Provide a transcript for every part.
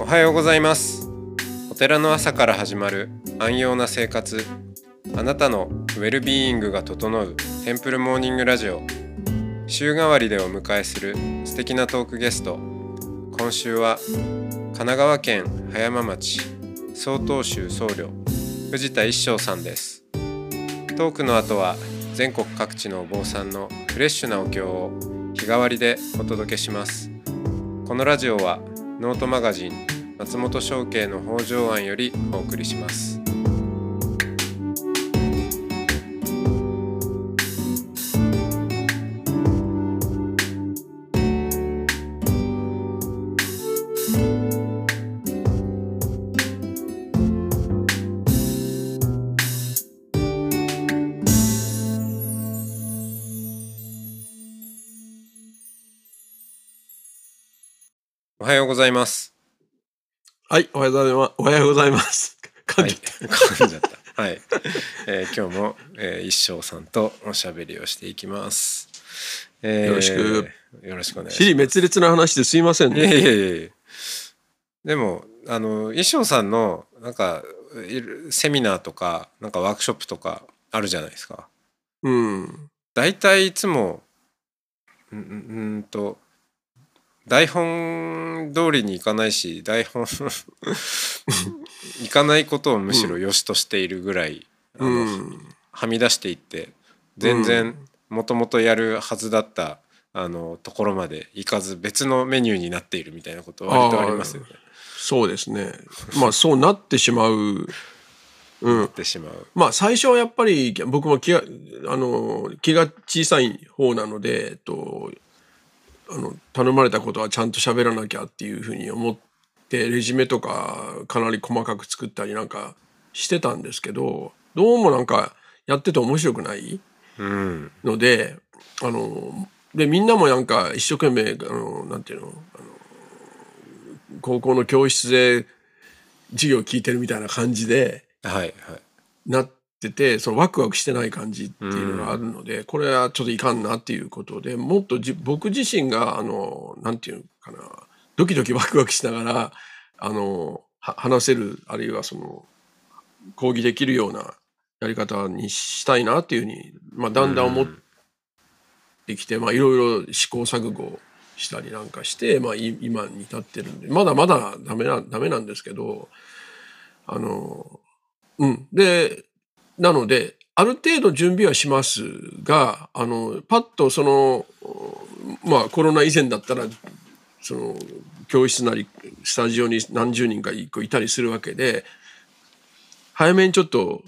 はようございます。お寺の朝から始まる安養な生活、あなたのウェルビーイングが整うテンプルモーニングラジオ。週替わりでお迎えする素敵なトークゲスト。今週は神奈川県葉山町曹洞宗僧侶藤田一生さんです。トークの後は全国各地のお坊さんのフレッシュなお経を日替わりでお届けします。このラジオはノートマガジン松本商家の北条庵よりお送りします。おはようございます。 はい、おはようございます。おはようござざいます。噛んじゃった。 噛んじゃった。はい。今日も、一生さんとおしゃべりをしていきます。 よろしくお願いします。 尻滅裂な話ですいませんね。 いえ。でも一生さんのなんかセミナーとかなんかワークショップとかあるじゃないですか。 うん。 だいたいいつも台本通りにいかないし、台本いかないことをむしろ良しとしているぐらい、はみ出していって全然もともとやるはずだったところまでいかず別のメニューになっているみたいなことは割とありますよね。 そうですね。まあそうなってしまう。 なってしまう。 まあ最初はやっぱり僕も気が小さい方なので、頼まれたことはちゃんと喋らなきゃっていうふうに思ってレジュメとかかなり細かく作ったりなんかしてたんですけど、どうもなんかやってて面白くないので、でみんなもなんか一生懸命なんていうの高校の教室で授業を聞いてるみたいな感じでなってて、そのワクワクしてない感じっていうのがあるので、これはちょっといかんなっていうことで、もっと僕自身がなんていうかな、ドキドキワクワクしながら話せる、あるいはその講義できるようなやり方にしたいなっていうふうに、だんだん思ってきて、いろいろ試行錯誤したりなんかして、今に至ってるんで、まだまだダメなんですけど、でなのである程度準備はしますが、パッとそのコロナ以前だったらその教室なりスタジオに何十人かいたりするわけで、早めにちょっと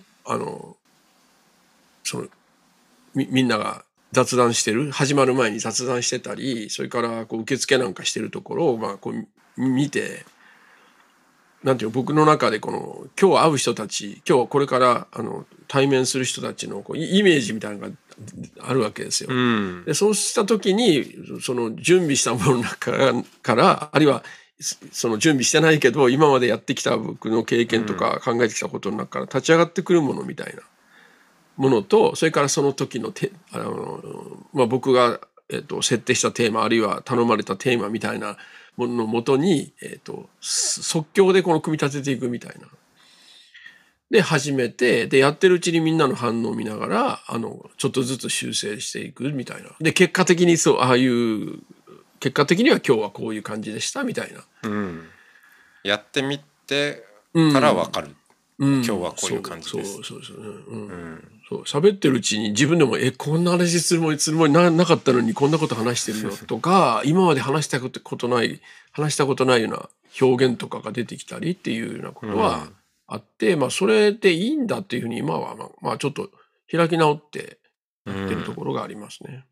みんなが雑談してる、始まる前に雑談してたり、それから受付なんかしてるところを見て、なんていうの、僕の中で今日会う人たち、今日これから対面する人たちのイメージみたいなのがあるわけですよ。でそうした時にその準備したものの中から、あるいはその準備してないけど今までやってきた僕の経験とか考えてきたことの中から立ち上がってくるものみたいなものと、それからその時の僕が設定したテーマ、あるいは頼まれたテーマみたいなもののもとに、即興で組み立てていくみたいな。で始めて、でやってるうちにみんなの反応を見ながらちょっとずつ修正していくみたいな。で結果的に結果的には今日はこういう感じでしたみたいな。 やってみてから分かる。今日はこういう感じです。 そうですよね。そう喋ってるうちに自分でもこんな話するつもりなかったのにこんなこと話してるよとか今まで話したことないような表現とかが出てきたりっていうようなことはあって、それでいいんだっていうふうに今はちょっと開き直ってやってるところがありますね。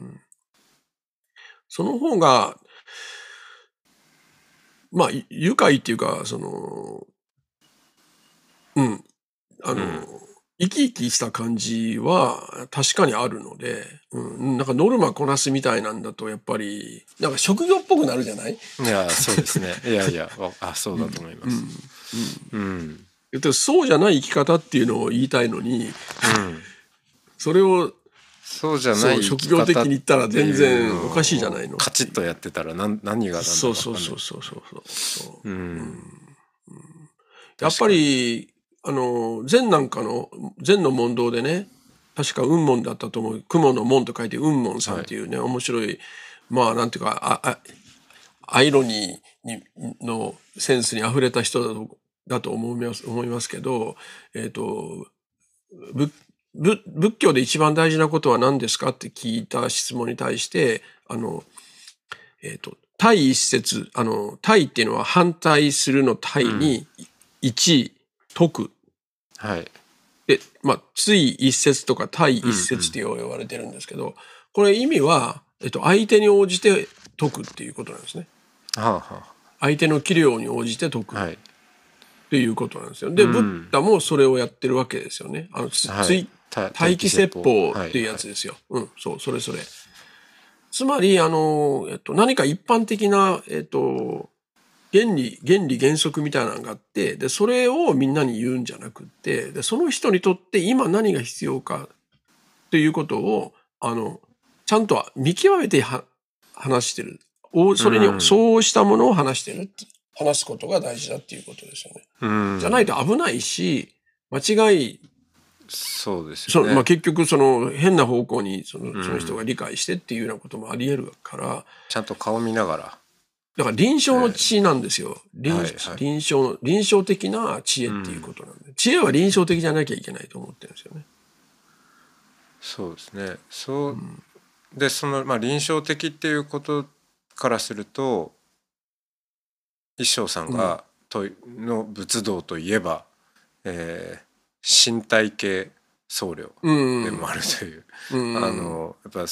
その方が愉快っていうか生き生きした感じは確かにあるので、なんかノルマこなすみたいなんだとやっぱりなんか職業っぽくなるじゃない？ いやそうですね。いやそうだと思います。 そうじゃない生き方っていうのを言いたいのに、それをそうじゃなそうい生き職業的方に言ったら全然っていうのをおかしいじゃないの。 カチッとやってたら何が何だかそう分かんない。 そう。やっぱ確かに。 り禅なんかの禅の問答でね、確か雲門だったと思う。雲の門と書いて雲門さんっていうね、面白い、まあなんていうかアイロニーのセンスにあふれた人だと思いますけど、仏仏教で一番大事なことは何ですかって聞いた質問に対して対一節対っていうのは反対するの対に一解く。 はい。 で対一節とか対一節って言われてるんですけど、これ意味は、相手に応じて解くっていうことなんですね。 はあは相手の器量に応じて解くあ。 っはい。 ていうことなんですよ。で、ブッダもそれをやってるわけですよね。 はい。 待機説法はいっていうやつですよ。そう、それ。つまり、何か一般的な、原理原則みたいなのがあって、で、それをみんなに言うんじゃなくって、で、その人にとって今何が必要かということを、ちゃんと見極めて話してる。それに相応したものを話すことが大事だっていうことですよね。じゃないと危ないし、間違い、 そうですよね。 結局変な方向にその人が理解してっていうようなこともあり得るから、 ちゃんと顔見ながら。 だから臨床の知なんですよ。臨床的な知恵っていうことなんで、知恵は臨床的じゃなきゃいけないと思ってるんですよね。 そうですね。で臨床的っていうことからすると一生さんがの仏道といえば、身体系僧侶でもあるという、やっぱ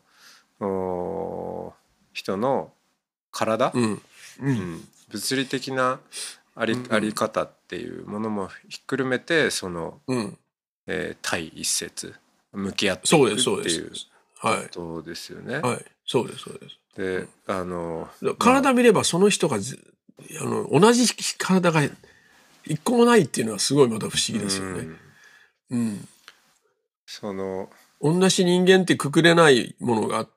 人の体、物理的なあり方っていうものもひっくるめて対一節向き合っていくっていうことですよね。 はい、そうです。 で、 体見ればその人が同じ体が一個もないっていうのはすごいまた不思議ですよね。同じ人間ってくくれないものがあって、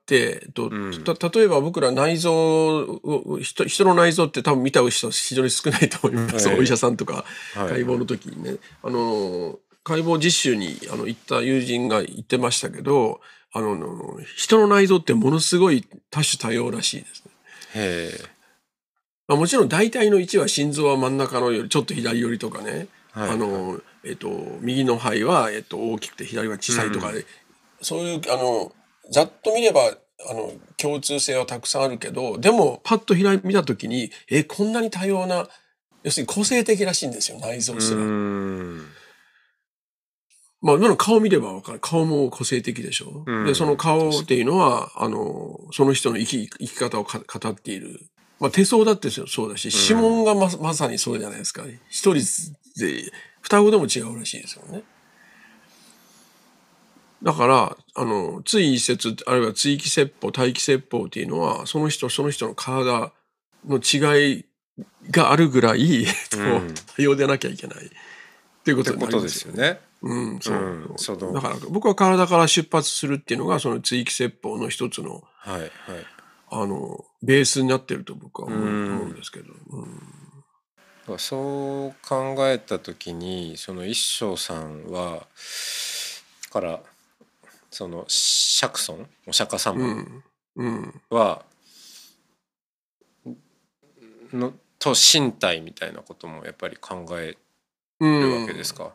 例えば僕ら内臓人の内臓って多分見た人非常に少ないと思います。お医者さんとか解剖の時にね、解剖実習に行った友人が言ってましたけど、人の内臓ってものすごい多種多様らしいですね。もちろん大体の位置は心臓は真ん中のよりちょっと左寄りとかね、右の肺は大きくて左は小さいとか、そういうざっと見れば共通性はたくさんあるけど、でもパッと見た時にこんなに多様な、要するに個性的らしいんですよ、内臓すら。今の顔見れば分かる。顔も個性的でしょ。で、その顔っていうのはその人の生き方を語っている。手相だってそうだし、指紋がまさにそうじゃないですか。一人で双子でも違うらしいですよね。だから対一節あるいは対気説法対気説法っていうのはその人の体の違いがあるぐらい多様でなきゃいけないっていうことになりますよね。だから僕は体から出発するっていうのがその対気説法の一つの、ベースになってると僕は思うんですけど。 そう考えた時に一生さんはから釈尊お釈迦様は、と身体みたいなこともやっぱり考えるわけですか。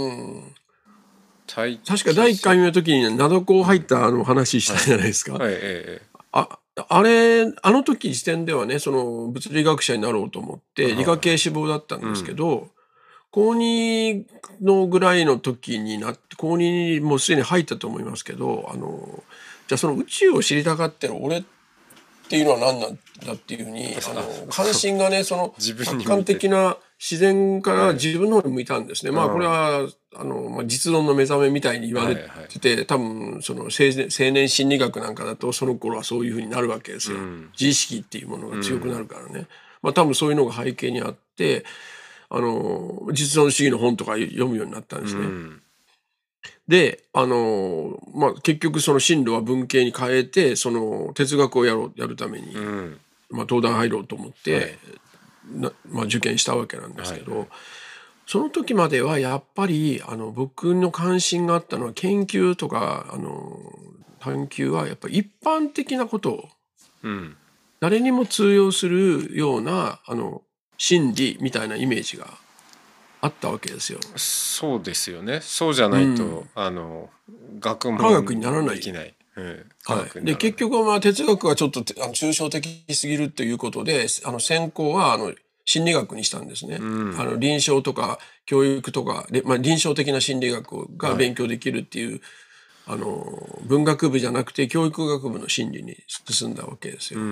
確か第1回目の時に灘高入った話したじゃないですか。あの時時点ではね、物理学者になろうと思って理科系志望だったんですけど、高2のぐらいの時になって、高2にもうすでに入ったと思いますけど、じゃあその宇宙を知りたがってる俺っていうのは何なんだっていうふうに関心がね、客観的な自然から自分の方に向いたんですね。これは実論の目覚めみたいに言われてて、多分青年心理学なんかだとその頃はそういうふうになるわけですよ。自意識っていうものが強くなるからね。多分そういうのが背景にあって実論主義の本とか読むようになったんですね。 で、結局その進路は文系に変えて、その哲学をやるために、東大入ろうと思って、受験したわけなんですけど、その時まではやっぱり僕の関心があったのは研究とか探究はやっぱり一般的なことを、誰にも通用するような真理みたいなイメージがあったわけですよ。 そうですよね。そうじゃないと、学問科学にならない。 できない。 で結局は哲学はちょっと抽象的すぎるということで専攻は心理学にしたんですね。臨床とか教育とか臨床的な心理学が勉強できるっていう、文学部じゃなくて教育学部の心理に進んだわけですよ。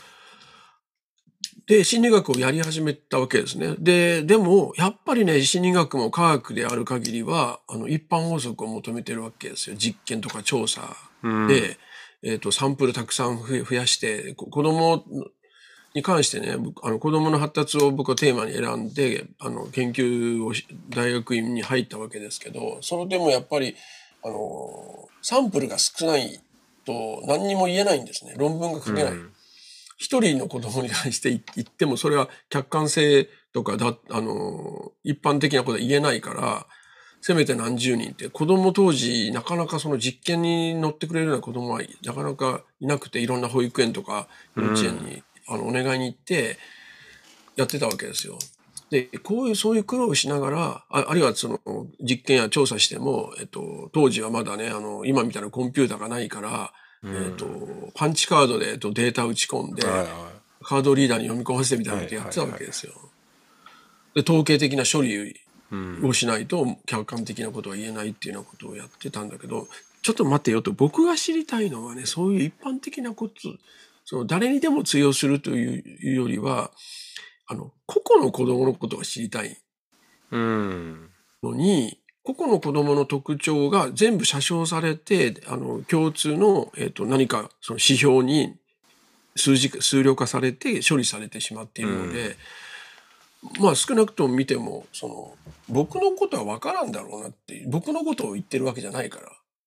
で心理学をやり始めたわけですね。でもやっぱりね心理学も科学である限りは一般法則を求めてるわけですよ。実験とか調査で、サンプルたくさん増やして子供に関してね子供の発達を僕はテーマに選んで研究を大学院に入ったわけですけど、それでもやっぱりサンプルが少ないと何にも言えないんですね。論文が書けない。一人の子供に対して言ってもそれは客観性とか一般的なことは言えないから、せめて何十人って子供当時なかなかその実験に乗ってくれるような子供はなかなかいなくて、いろんな保育園とか幼稚園にお願いに行ってやってたわけですよ。でそういう苦労をしながらあるいはその実験や調査しても、当時はまだね今みたいなコンピューターがないから、パンチカードでデータ打ち込んで、カードリーダーに読み込ませてみたいなことやってたわけですよ。で統計的な処理をしないと客観的なことは言えないっていうようなことをやってたんだけど、ちょっと待ってよと、僕が知りたいのはねそういう一般的なこと、その誰にでも通用するというよりは個々の子供のことが知りたいのに、個々の子供の特徴が全部写生されて共通の、何かその指標に数量化されて処理されてしまっているので、少なくとも見ても僕のことは分からんだろうなっていう、僕のことを言ってるわけじゃないから、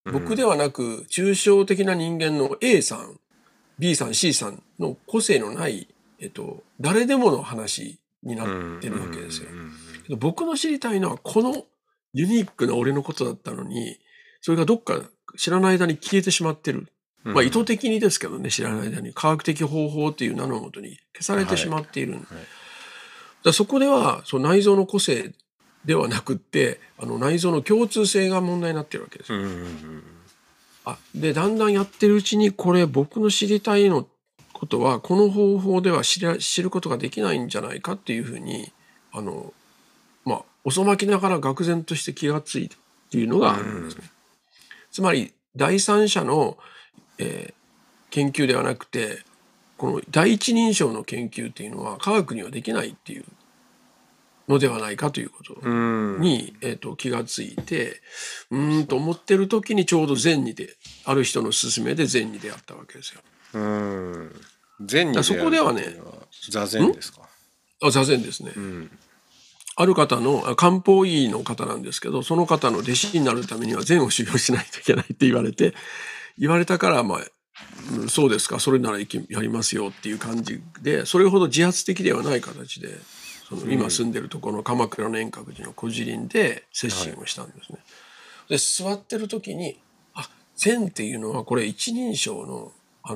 僕ではなく抽象的な人間の A さん B さん C さんの個性のない、誰でもの話になってるわけですよ。僕の知りたいのはこのユニークな俺のことだったのに、それがどっか知らない間に消えてしまってる。意図的にですけどね、知らない間に科学的方法っていう名のもとに消されてしまっている。だそこでは内臓の個性ではなくって内臓の共通性が問題になってるわけですよ。でだんだんやってるうちに、これ僕の知りたいのことはこの方法では知ることができないんじゃないかっていうふうに遅まきながら愕然として気がついたっていうのがあるんですね。つまり第三者の、研究ではなくて、この第一人称の研究っていうのは科学にはできないっていうのではないかということに、気がついてと思ってる時に、ちょうど禅にある人の勧めで禅に出会ったわけですよ。 禅に出会うっていうのはそこではね、座禅ですか？ 座禅ですね。ある方の漢方医の方なんですけど、その方の弟子になるためには禅を修行しないといけないって言われたから、そうですか、それならやりますよっていう感じで、それほど自発的ではない形で今住んでるところの鎌倉の円覚寺の孤児林で接心をしたんですね。で座ってる時に禅っていうのはこれ一人称の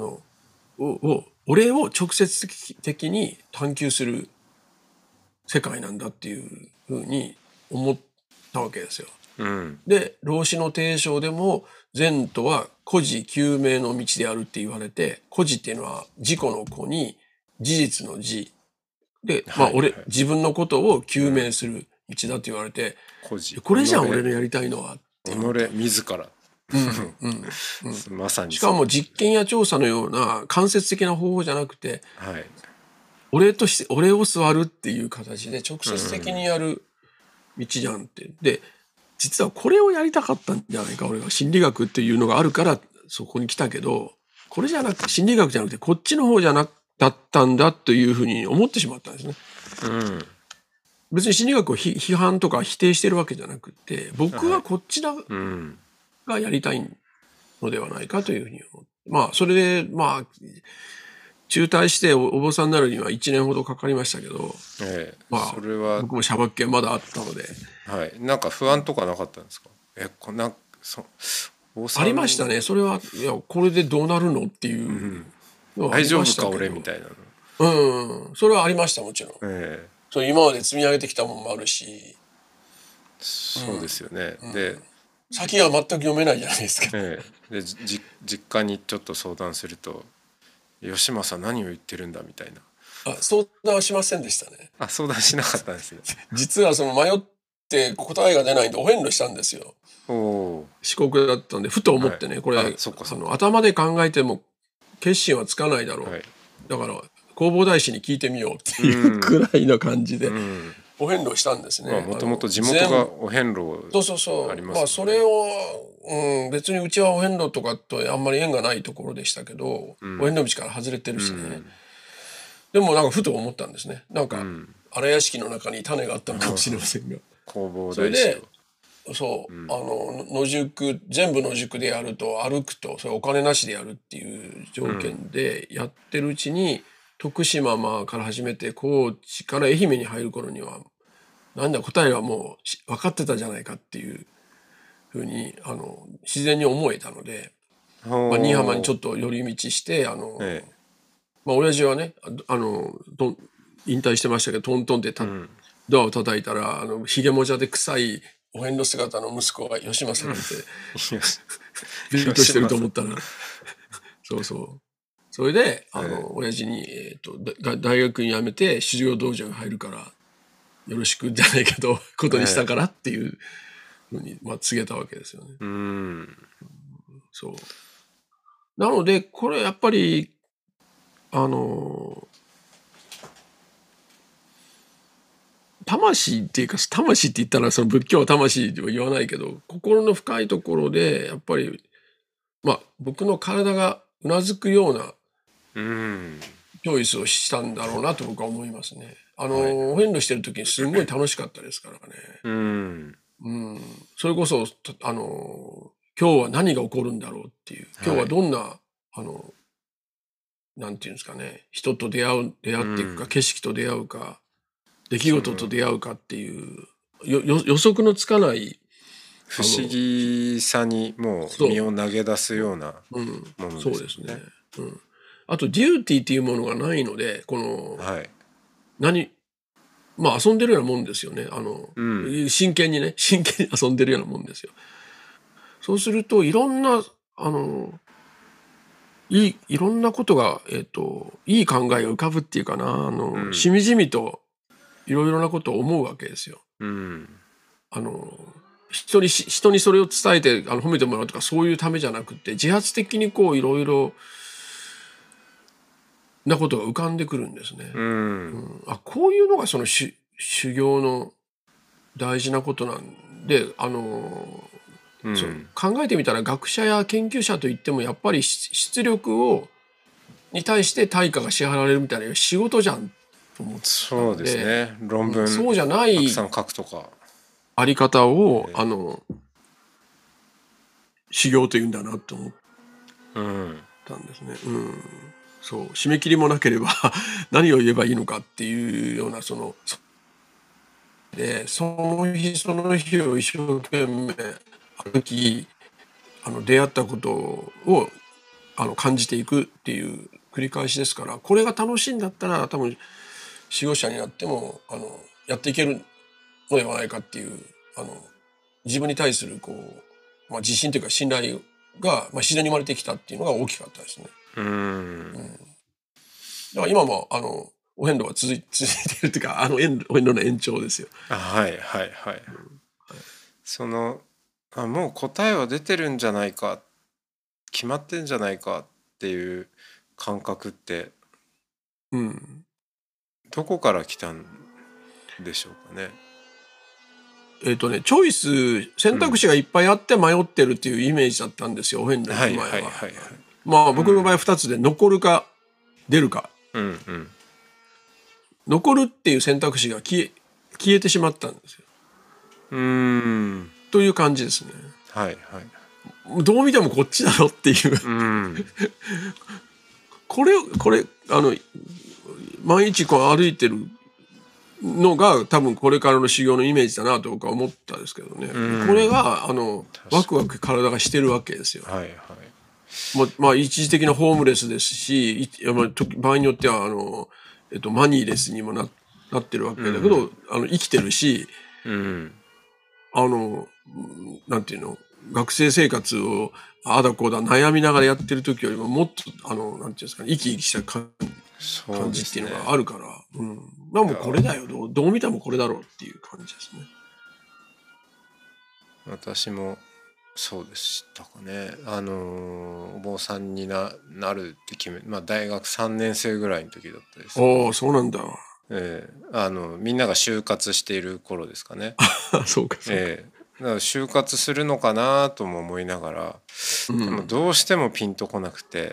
俺を直接的に探求する世界なんだっていうふうに思ったわけですよ。で老子の提唱でも禅とは孤児究明の道であるって言われて、孤児っていうのは自己の子に事実の事で、自分のことを究明する道だって言われて、これじゃん俺のやりたいのは己自らまさにしかも実験や調査のような間接的な方法じゃなくて、俺として俺を座るっていう形で直接的にやる道じゃんって。で実はこれをやりたかったんじゃないか、俺は心理学っていうのがあるからそこに来たけど、これじゃなくて心理学じゃなくてこっちの方だったんだというふうに思ってしまったんですね。別に心理学を批判とか否定してるわけじゃなくて、僕はこっちだ、 がやりたいのではないかというふうに思って、まあそれでまあ中退してお坊さんになるには1年ほどかかりましたけど、まあそれは僕もシャバっ気まだあったので、 はい、なんか不安とかなかったんですか？こんな坊さんありましたね。それはいやこれでどうなるのっていうのはあ大丈りましたけど、 夫か俺みたいなの。 それはありましたもちろん。 ええそれ今まで積み上げてきたものもあるし、 そうですよね。で、 先が全く読めないじゃないですか。 で実家にちょっと相談すると吉政何を言ってるんだみたいな。 相談はしませんでしたね。 相談しなかったんですね。 実はその迷って答えが出ないんでお遍路したんですよ。四国だったんでふと思ってね、これ頭で考えても決心はつかないだろう、だから弘法大師に聞いてみようっていうくらいの感じでお遍路したんですね。 もともと地元がお遍路ありますね。 まあそれを、別にうちはお遍路とかとあんまり縁がないところでしたけど、お遍路道から外れてるしね、でもなんかふと思ったんですね。なんか荒屋敷の中に種があったのかもしれませんが、 弘法大師をそれで野宿全部野宿でやると歩くとそれお金なしでやるっていう条件でやってるうちに、徳島から始めて高知から愛媛に入る頃にはなんだ答えはもう分かってたじゃないかっていうふうに自然に思えたので、新居浜にちょっと寄り道して親父はね引退してましたけどトントンってドアを叩いたらひげもじゃで臭いお遍路姿の息子が吉政がいてビビッとしてると思ったらそれで親父に、大学に辞めて修行道場に入るからよろしくじゃないけどことにしたからっていうふうに告げたわけですよね。そうなのでこれやっぱり魂っていうか魂って言ったらその仏教は魂では言わないけど心の深いところでやっぱり僕の体がうなずくようなチョイスをしたんだろうなと僕は思いますね。お遍路してる時にすごい楽しかったですからね。それこそ今日は何が起こるんだろうっていう、今日はどんななんていうんですかね、人と出会っていくか、景色と出会うか出来事と出会うかっていう予測のつかない不思議さにもう身を投げ出すようなものですね。 そうですね。あとデューティーっていうものがないので遊んでるようなもんですよね。真剣に遊んでるようなもんですよ。そうするといろんなことがいい考えが浮かぶっていうかなしみじみといろいろなことを思うわけですよ。人にそれを伝えて褒めてもらうとかそういうためじゃなくて自発的にいろいろなことが浮かんでくるんですね。こういうのがその修行の大事なことなんで考えてみたら学者や研究者といってもやっぱり出力に対して対価が支払われるみたいな仕事じゃんと思ってそうですね。論文そうじゃないたくさん書くとかあり方を修行というんだなと思ったんですね。そう締め切りもなければ何を言えばいいのかっていうようなその日その日を一生懸命歩き出会ったことを感じていくっていう繰り返しですから、これが楽しいんだったら多分修行者になってもやっていけるのではないかっていう自分に対する自信というか信頼が、自然に生まれてきたっていうのが大きかったですね。だから今もお遍路は続いているっていうかお遍路の延長ですよ。 そのもう答えは出てるんじゃないか決まってんじゃないかっていう感覚ってどこから来たんでしょうかね。 チョイス選択肢がいっぱいあって迷ってるっていうイメージだったんですよ、お遍路行く前は。僕の場合2つで残るか出るか、残るっていう選択肢が消えてしまったんですよ。という感じですね。 どう見てもこっちだろっていう、 うん、 これ毎日こう歩いてるのが多分これからの修行のイメージだなと僕は思ったんですけどね、 うん、 これがワクワク体がしてるわけですよ。 はいはい、 まあ一時的なホームレスですし、場合によってはマニーレスにもなってるわけだけど、生きてるし、 うん、 なんていうの、学生生活をあだこうだ悩みながらやってる時よりももっとなんていうんですかね、生き生きした感じっていうのがあるから、まあもうこれだよ、どう見てもこれだろうっていう感じですね。 私もそうでしたかね。お坊さんになるって決め、まあ大学3年生ぐらいの時だったです、 ね。ああ、そうなんだ。 みんなが就活している頃ですかね。 そうかそうか。 だから就活するのかなとも思いながら、でもどうしてもピンとこなくて、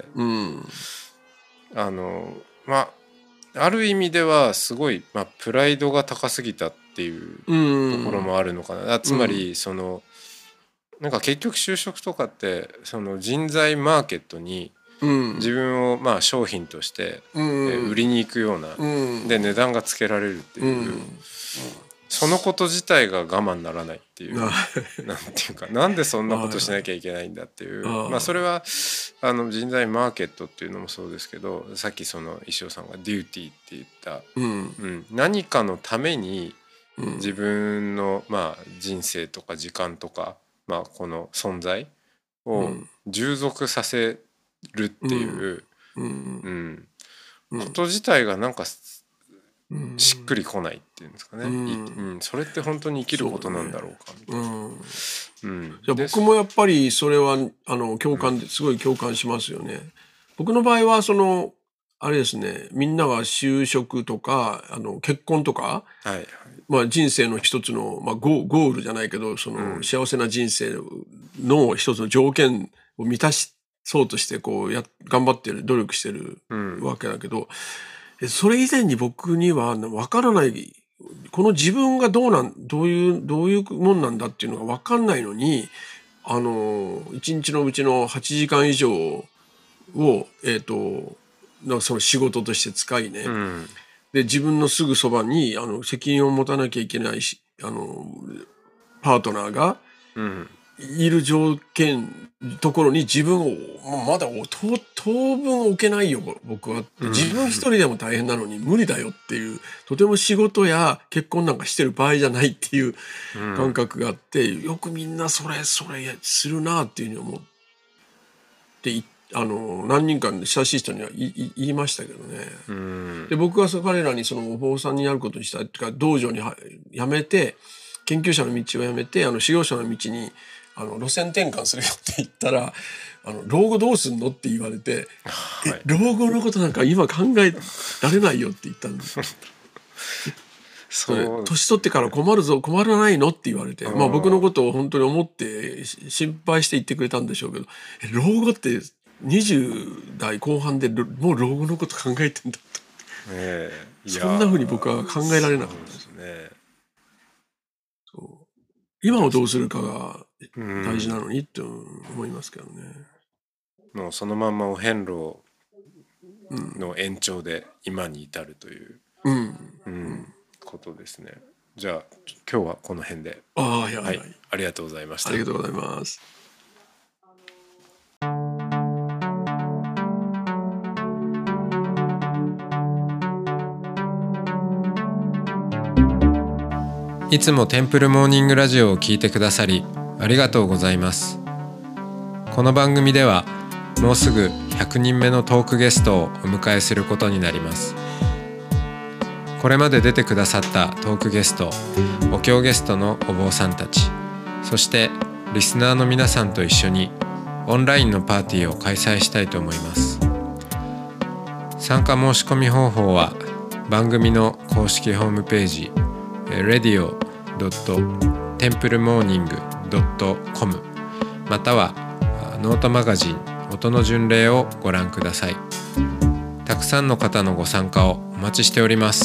まあある意味ではすごい、プライドが高すぎたっていうところもあるのかな。つまりなんか結局就職とかってその人材マーケットに自分を商品として売りに行くような、で値段がつけられるっていう、そのこと自体が我慢ならないっていう、なんていうか、なんでそんなことしなきゃいけないんだっていう、それは人材マーケットっていうのもそうですけど、さっきその石尾さんがデューティーって言った、何かのために自分の人生とか時間とか、この存在を従属させるっていうこと自体がなんかしっくりこないっていうんですかね。それって本当に生きることなんだろうかみたいな。 僕もやっぱりそれはすごい共感しますよね。僕の場合はあれですね、みんなが就職とか結婚とか、人生の一つの、ゴールじゃないけど幸せな人生の一つの条件を満たそうとして頑張ってる努力してるわけだけど、それ以前に僕には分からない、この自分がどういうもんなんだっていうのが分かんないのに一日のうちの8時間以上をその仕事として使いね、で自分のすぐそばに責任を持たなきゃいけないしパートナーがいるところに自分をまだ当分置けないよ僕は、自分一人でも大変なのに無理だよっていう、とても仕事や結婚なんかしてる場合じゃないっていう感覚があって、よくみんなそれするなっていうふうに思って何人か親しい人には言いましたけどね。で僕は彼らにお坊さんになることにしたっていうか、道場に辞めて研究者の道を辞めて修行者の道に路線転換するよって言ったら老後どうすんのって言われて、老後のことなんか今考えられないよって言ったんです年取ってから困らないのって言われて、僕のことを本当に思って心配して言ってくれたんでしょうけど、老後って20代後半でもう老後のこと考えてんだと、そんな風に僕は考えられなかったですね。今をどうするかが大事なのにって思いますけどね。 もうそのまんまお遍路の延長で今に至るということですね。じゃあ今日はこの辺で。ありがとうございました。 ありがとうございます。 いつもテンプルモーニングラジオを聞いてくださりありがとうございます。この番組ではもうすぐ100人目のトークゲストをお迎えすることになります。これまで出てくださったトークゲスト、お経ゲストのお坊さんたち、そしてリスナーの皆さんと一緒にオンラインのパーティーを開催したいと思います。参加申し込み方法は番組の公式ホームページradio.templemorning.com またはノートマガジン音の巡礼をご覧ください。たくさんの方のご参加をお待ちしております。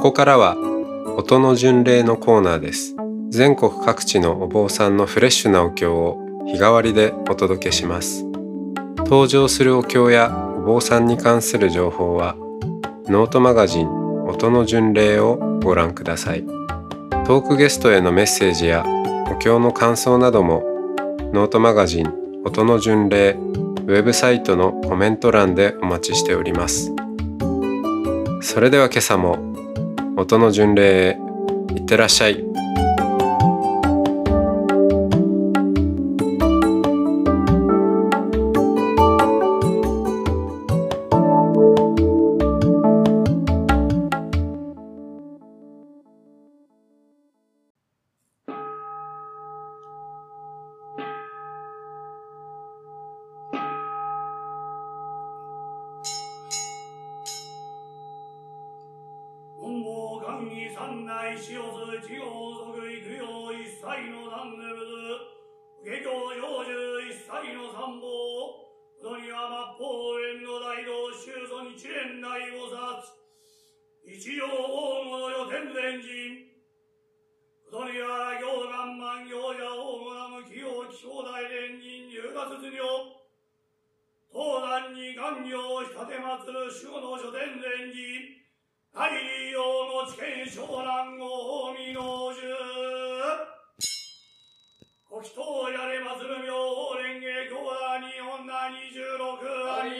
こからは音の巡礼のコーナーです。全国各地のお坊さんのフレッシュなお経を日替わりでお届けします。登場するお経やお坊さんに関する情報はノートマガジン音の巡礼をご覧ください。トークゲストへのメッセージやお経の感想などもノートマガジン音の巡礼ウェブサイトのコメント欄でお待ちしております。それでは今朝も音の巡礼へいってらっしゃい。 三内四四地方即位供養一切の三部下教養寿一切の三宝そには末法蓮の大道宗祖日蓮大菩薩一条大物予天前人そには行願満行者大物無器用気象大蓮人入学図領東南に願行仕立て祭る守護の諸天前人大利用の知見昇蘭を大見の寿古祈祷やれ祭る妙法蓮華教団に女26兄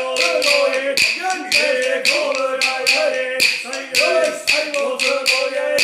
最後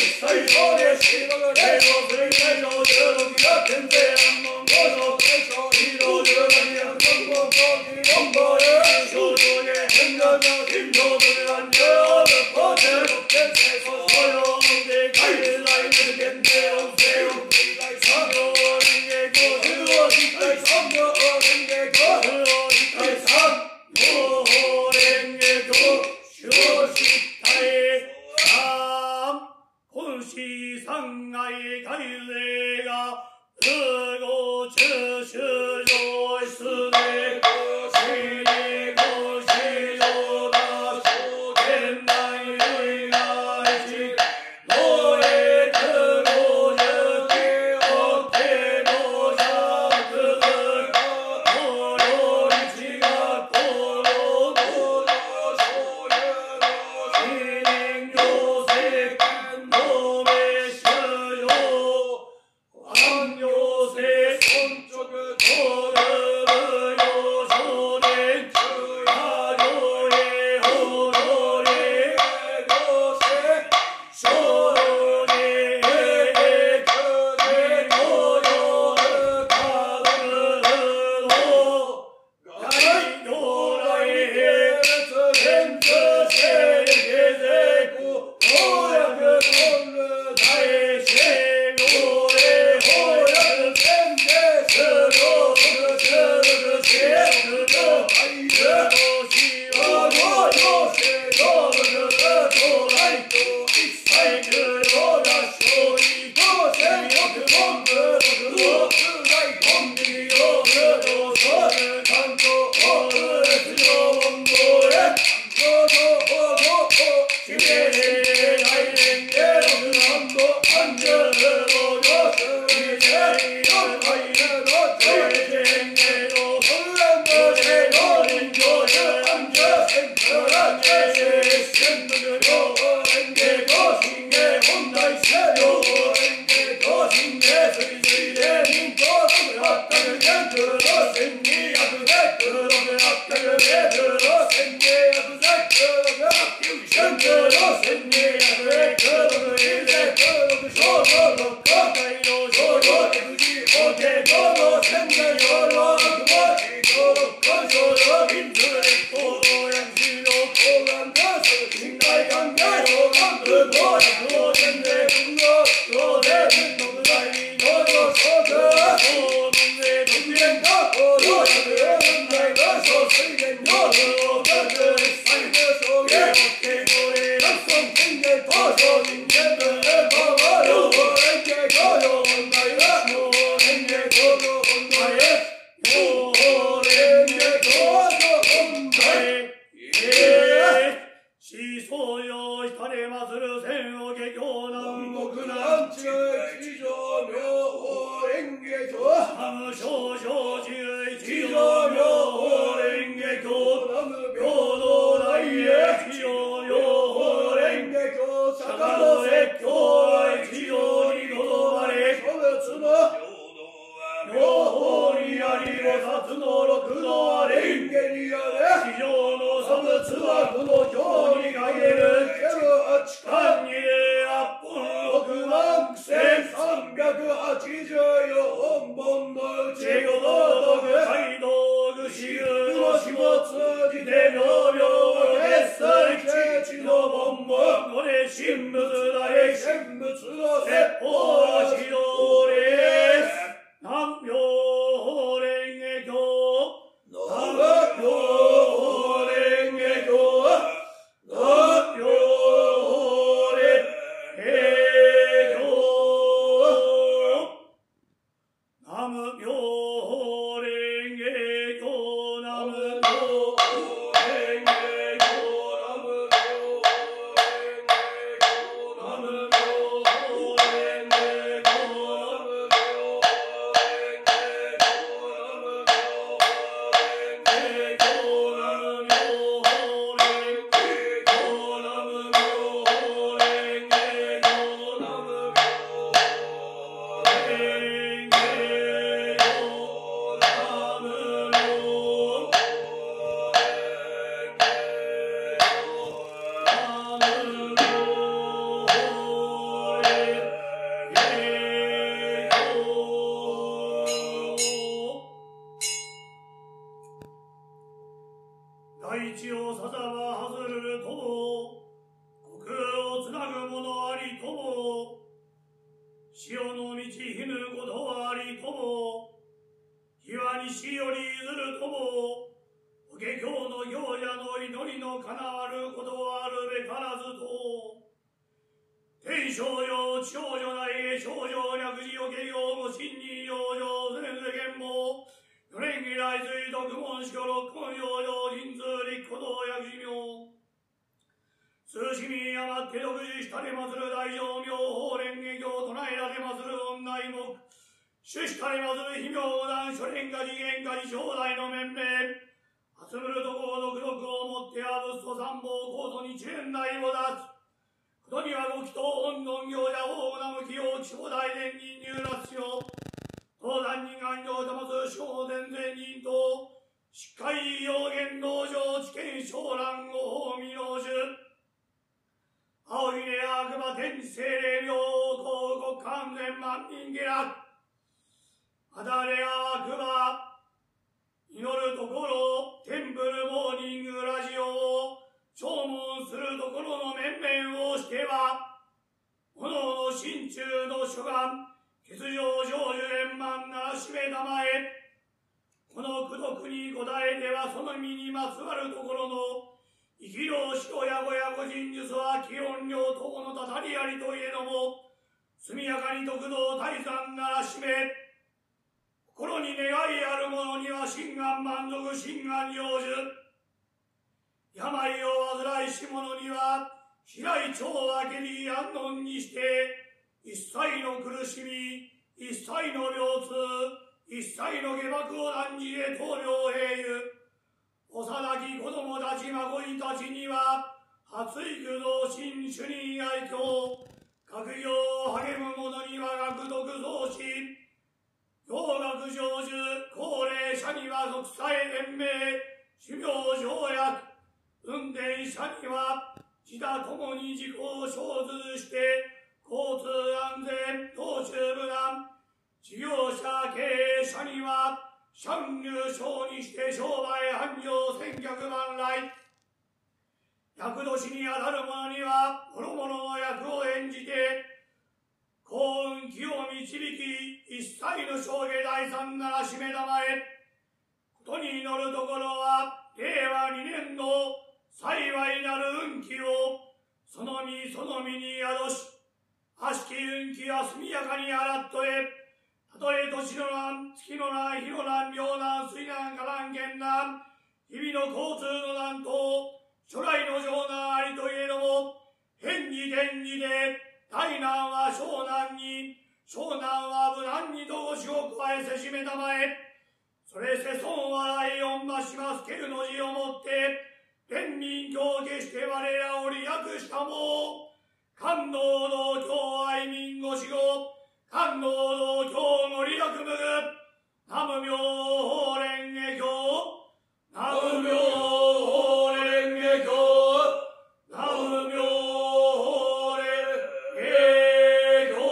は外るるとも、国をつなぐものありとも、潮の満ちひぬことありとも、岩西より譲るとも、法華経の行者の祈りの叶わることあるべからずと、天正常、地正常内へ正常略字法華経も真に養生全世間も、四年以来水徳門司教六根養生人通立古道薬師名、数市民余って独自したれまする大乗明法蓮華経唱えられまする恩内目、主したれまする秘妙談諸蓮華次元華次正代の面々、集むるところ独読をもっては仏祖三宝高祖日蓮大菩薩、ことにはご祈祷本尊行者大名無期を地方大伝人入辣よ、東山人安城玉津小伝前人と、しっかり要言道場知見昇蘭ご法未納樹、青ひね悪魔天地精霊明王国完全万民下落、あだれ悪魔、祈るところ、テンプルモーニングラジオを、弔問するところの面々をしては、炎の心中の諸願、欠場成就円満ならしめたまえ、この功徳に答えてはその身にまつわるところの、生きろ白やごやご人術は気温量等のたたりありといえども、速やかに得道大山ならしめ、心に願いある者には心願満足心願成就、病を患いし者には平井腸明けに安穏にして、一切の苦しみ、一切の病痛、一切の下爆を断じへ棟梁平ゆ、幼き子供たち孫いたちには発育増進主任愛嬌、学業を励む者には学読増進、行学成就、高齢者には俗さえ延命、修行条約、運転者には自他ともに自己を生ずして交通安全、道中無難、事業者経営者には参入商にして商売繁盛、千客万来、厄年にあたる者には諸々の役を演じて幸運気を導き、一切の生涯第三ならしめたまえ、ことに祈るところは令和2年の幸いなる運気をその身その身に宿し、悪しき運気は速やかに洗っとえ、たとえ年の難、月の難、日の難、病難、水難、火難、源難、日々の交通の難と初来の情難ありといえども、変に天にで大難は小難に、小難は無難にとごしを加えせしめたまえ、それせ損笑いを増しますけるの字をもって、天民教決して我らを利益したも、官能道教愛民ご守護、官能道教の利益むぐ、南無妙法蓮華経、南無妙法蓮華経、南無妙法蓮華経。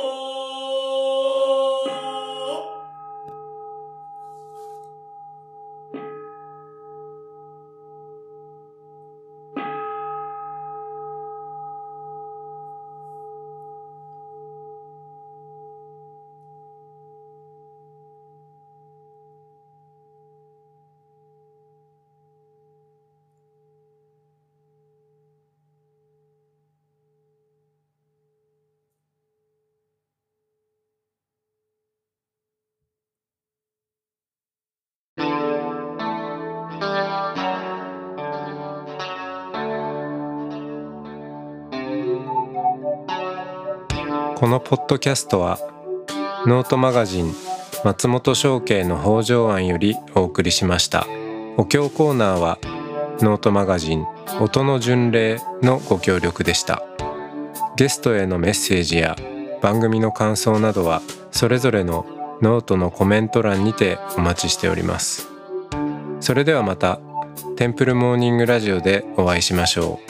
このポッドキャストはノートマガジン松本正慶の北条庵よりお送りしました。お経コーナーはノートマガジン音の巡礼のご協力でした。ゲストへのメッセージや番組の感想などはそれぞれのノートのコメント欄にてお待ちしております。それではまたテンプルモーニングラジオでお会いしましょう。